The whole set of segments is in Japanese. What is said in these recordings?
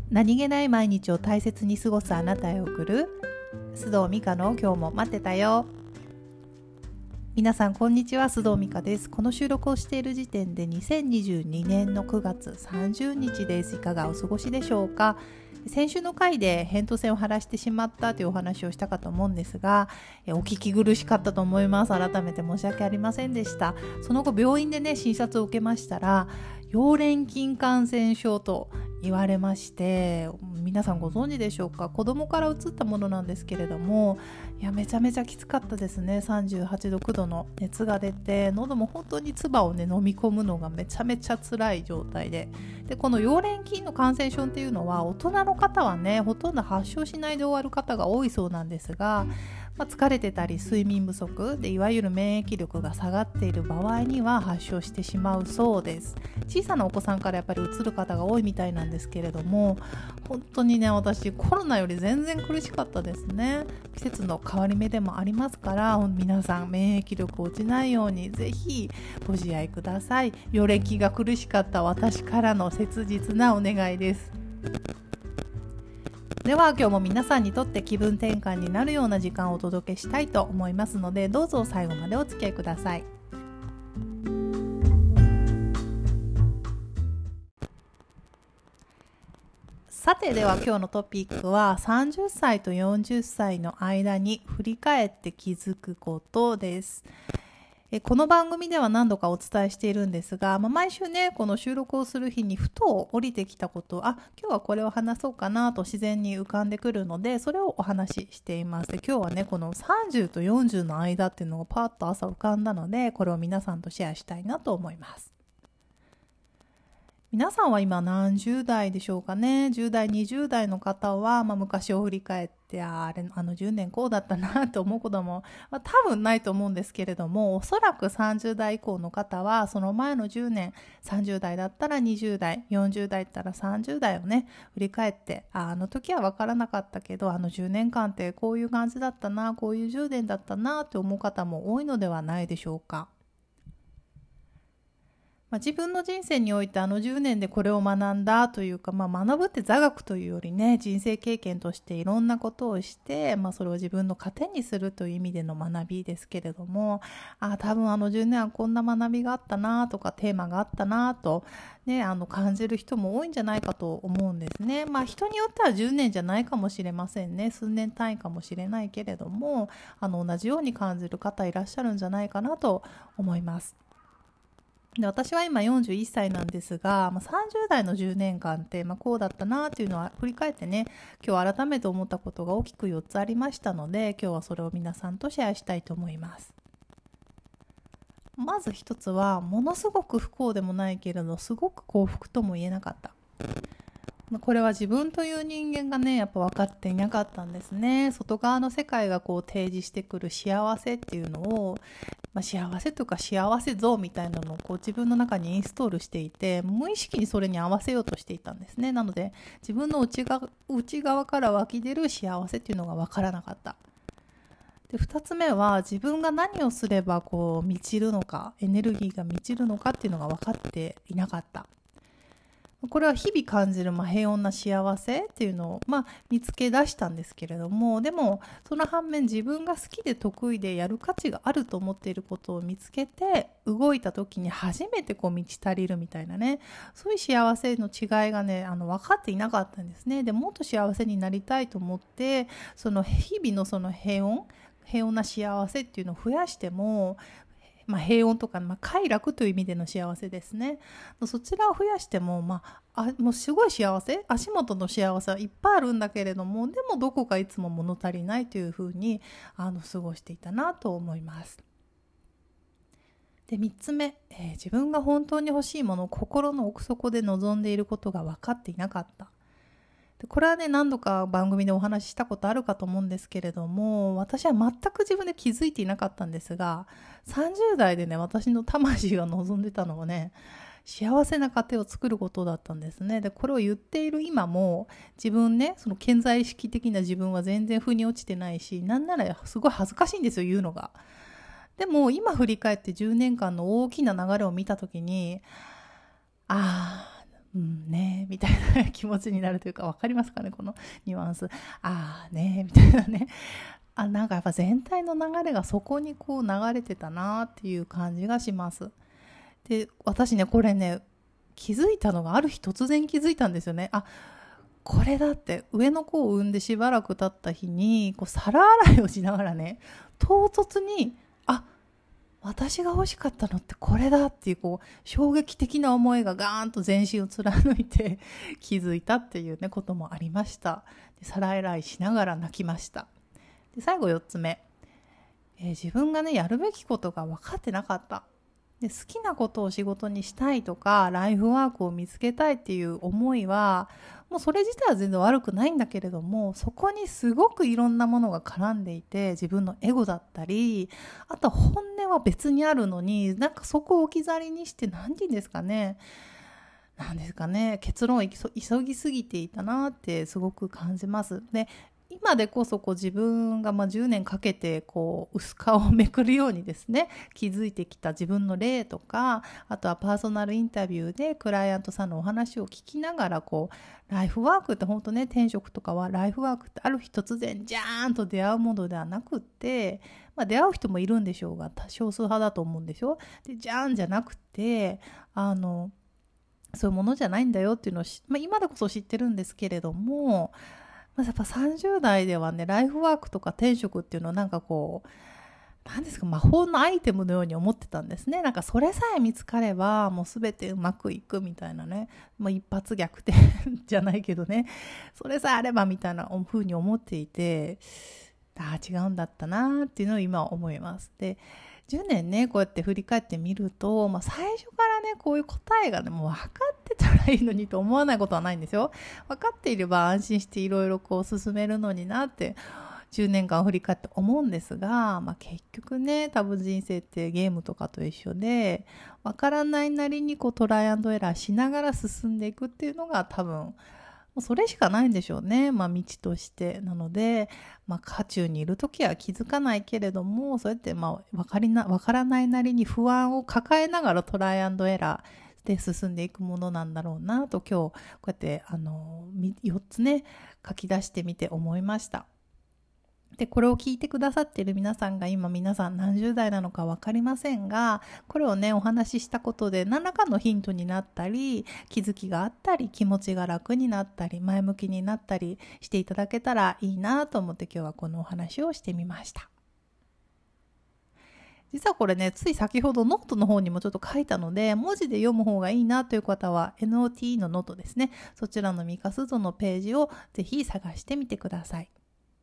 何気ない毎日を大切に過ごすあなたへ送る須藤美香の今日も待ってたよ。皆さんこんにちは、須藤美香です。この収録をしている時点で2022年の9月30日です。いかがお過ごしでしょうか。先週の回で扁桃腺を腫らしてしまったというお話をしたかと思うんですが、お聞き苦しかったと思います。改めて申し訳ありませんでした。その後病院でね診察を受けましたら、溶連菌感染症と言われまして、皆さんご存知でしょうか。子供からうつったものなんですけれども、めちゃめちゃきつかったですね。38度9度の熱が出て、喉も本当に唾をね飲み込むのがめちゃめちゃ辛い状態で、この溶連菌の感染症っていうのは大人の方はねほとんど発症しないで終わる方が多いそうなんですが、疲れてたり睡眠不足でいわゆる免疫力が下がっている場合には発症してしまうそうです。小さなお子さんからやっぱりうつる方が多いみたいなんですけれども、本当にね私コロナより全然苦しかったですね。季節の変わり目でもありますから、皆さん免疫力落ちないようにぜひご自愛ください。溶連菌が苦しかった私からの切実なお願いです。では今日も皆さんにとって気分転換になるような時間をお届けしたいと思いますので、どうぞ最後までお付き合いください。さて、では今日のトピックは30歳と40歳の間に振り返って気づくことです。この番組では何度かお伝えしているんですが、毎週ねこの収録をする日にふと降りてきたことを、今日はこれを話そうかなと自然に浮かんでくるので、それをお話ししています。今日はねこの30と40の間っていうのがパッと朝浮かんだので、これを皆さんとシェアしたいなと思います。皆さんは今何十代でしょうかね。10代20代の方は、昔を振り返ってあの10年こうだったなと思うことも、多分ないと思うんですけれども、おそらく30代以降の方はその前の10年、30代だったら20代、40代だったら30代をね振り返って、あの時は分からなかったけど、あの10年間ってこういう感じだったな、こういう10年だったなって思う方も多いのではないでしょうか。自分の人生においてあの10年でこれを学んだというか、学ぶって座学というよりね、人生経験としていろんなことをして、それを自分の糧にするという意味での学びですけれども、多分あの10年はこんな学びがあったなとかテーマがあったなと、感じる人も多いんじゃないかと思うんですね。人によっては10年じゃないかもしれませんね。数年単位かもしれないけれども、同じように感じる方いらっしゃるんじゃないかなと思います。で、私は今41歳なんですが、30代の10年間って、こうだったなっていうのは振り返ってね、今日改めて思ったことが大きく4つありましたので、今日はそれを皆さんとシェアしたいと思います。まず一つは、ものすごく不幸でもないけれどすごく幸福とも言えなかった。これは自分という人間がねやっぱ分かっていなかったんですね。外側の世界が提示してくる幸せっていうのを、幸せというか幸せ像みたいなのを自分の中にインストールしていて、無意識にそれに合わせようとしていたんですね。なので自分の内側から湧き出る幸せっていうのが分からなかった。で、2つ目は自分が何をすれば満ちるのか、エネルギーが満ちるのかっていうのが分かっていなかった。これは日々感じる平穏な幸せっていうのを見つけ出したんですけれども、でもその反面自分が好きで得意でやる価値があると思っていることを見つけて動いた時に初めて満ち足りるみたいなね、そういう幸せの違いがね分かっていなかったんですね。でもっと幸せになりたいと思って、その日々のその平穏な幸せっていうのを増やしても、平穏とか、快楽という意味での幸せですね。そちらを増やしても、もうすごい幸せ、足元の幸せはいっぱいあるんだけれども、でもどこかいつも物足りないというふうに過ごしていたなと思います。で、3つ目、自分が本当に欲しいものを心の奥底で望んでいることが分かっていなかった。これはね何度か番組でお話ししたことあるかと思うんですけれども、私は全く自分で気づいていなかったんですが、30代でね私の魂が望んでたのはね、幸せな家庭を作ることだったんですね。でこれを言っている今も自分ね、その顕在意識的な自分は全然腑に落ちてないし、なんならすごい恥ずかしいんですよ言うのが。でも今振り返って10年間の大きな流れを見た時に、 ねみたいな気持ちになるというか、わかりますかね、このニュアンス。ねみたいなね。なんかやっぱ全体の流れがそこにこう流れてたなっていう感じがします。で、私ね、これね、気づいたのがある日突然気づいたんですよね。これだって、上の子を産んでしばらく経った日にこう皿洗いをしながらね、唐突に私が欲しかったのってこれだっていう、こう衝撃的な思いがガーンと全身を貫いて気づいたっていうねこともありました。で、皿洗いしながら泣きました。で、最後4つ目、自分がねやるべきことが分かってなかった。で、好きなことを仕事にしたいとかライフワークを見つけたいっていう思いはもうそれ自体は全然悪くないんだけれども、そこにすごくいろんなものが絡んでいて、自分のエゴだったり、あと本音は別にあるのに、なんかそこを置き去りにして、何て言うんですかね、結論を急ぎすぎていたなってすごく感じます。で、今でこそ自分が10年かけて薄皮をめくるようにですね、気づいてきた自分の例とか、あとはパーソナルインタビューでクライアントさんのお話を聞きながら、ライフワークって本当ね、転職とかはライフワークってある日突然ジャーンと出会うものではなくって、出会う人もいるんでしょうが、少数派だと思うんですよ。で、ジャーンじゃなくて、そういうものじゃないんだよっていうのを今でこそ知ってるんですけれども、やっぱ30代ではね、ライフワークとか転職っていうのは何ですか、魔法のアイテムのように思ってたんですね。なんかそれさえ見つかればもう全てうまくいくみたいなね、一発逆転じゃないけどね、それさえあればみたいな風に思っていて、違うんだったなっていうのを今思います。で、10年ね、こうやって振り返ってみると、最初からね、こういう答えがね、もう分かってたらいいのにと思わないことはないんですよ。分かっていれば安心していろいろ進めるのになって、10年間振り返って思うんですが、結局ね、多分人生ってゲームとかと一緒で、分からないなりにトライアンドエラーしながら進んでいくっていうのが多分、それしかないんでしょうね、道として。なので、渦中にいるときは気づかないけれども、そうやって分からないなりに不安を抱えながらトライアンドエラーで進んでいくものなんだろうなと、今日こうやって4つね書き出してみて思いました。で、これを聞いてくださっている皆さんが今皆さん何十代なのか分かりませんが、これをねお話ししたことで何らかのヒントになったり、気づきがあったり、気持ちが楽になったり、前向きになったりしていただけたらいいなと思って今日はこのお話をしてみました。実はこれね、つい先ほどノートの方にもちょっと書いたので、文字で読む方がいいなという方は NOT のノートですね、そちらのミカスゾのページをぜひ探してみてください。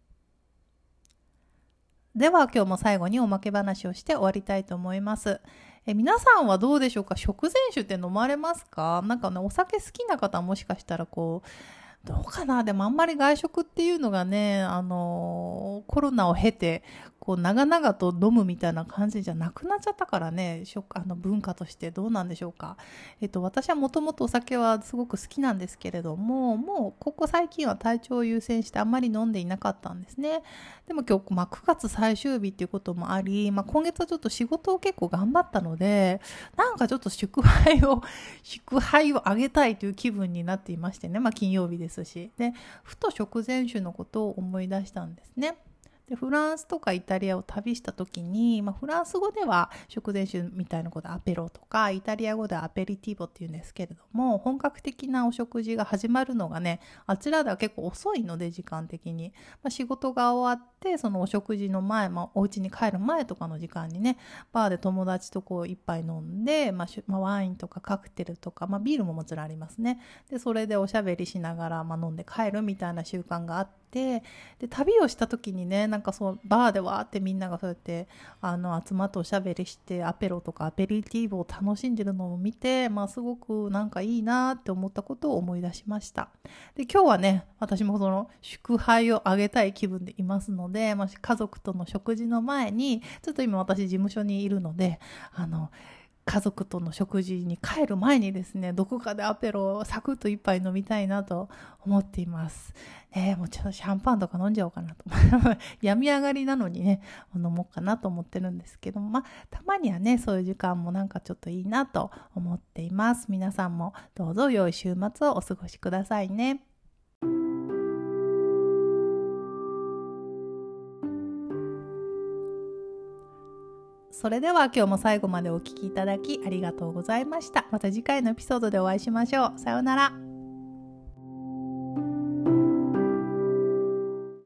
では今日も最後におまけ話をして終わりたいと思います。皆さんはどうでしょうか？食前酒って飲まれますか？なんかね、お酒好きな方はもしかしたらどうかな。でもあんまり外食っていうのがね、コロナを経て長々と飲むみたいな感じじゃなくなっちゃったからね、文化としてどうなんでしょうか。私はもともとお酒はすごく好きなんですけれども、もうここ最近は体調を優先してあんまり飲んでいなかったんですね。でも今日、9月最終日っていうこともあり、今月はちょっと仕事を結構頑張ったので、なんかちょっと祝杯をあげたいという気分になっていましてね、金曜日ですし。で、ふと食前酒のことを思い出したんですね。で、フランスとかイタリアを旅した時に、フランス語では食前酒みたいなことアペロとか、イタリア語ではアペリティボっていうんですけれども、本格的なお食事が始まるのがね、あちらでは結構遅いので、時間的に、仕事が終わってそのお食事の前、お家に帰る前とかの時間にね、バーで友達と一杯飲んで、ワインとかカクテルとか、ビールももちろんありますね。で、それでおしゃべりしながら、飲んで帰るみたいな習慣があって、で、旅をした時にね、なんかバーでわーってみんながそうやって集まっておしゃべりしてアペロとかアペリティーボを楽しんでるのを見て、すごくなんかいいなって思ったことを思い出しました。で、今日はね、私もその祝杯をあげたい気分でいますので、家族との食事の前にちょっと今私事務所にいるので家族との食事に帰る前にですね、どこかでアペロをサクッと一杯飲みたいなと思っています。もうちょっとシャンパンとか飲んじゃおうかなと。病み上がりなのにね、飲もうかなと思ってるんですけども、たまにはね、そういう時間もなんかちょっといいなと思っています。皆さんもどうぞ良い週末をお過ごしくださいね。それでは今日も最後までお聞きいただきありがとうございました。また次回のエピソードでお会いしましょう。さようなら。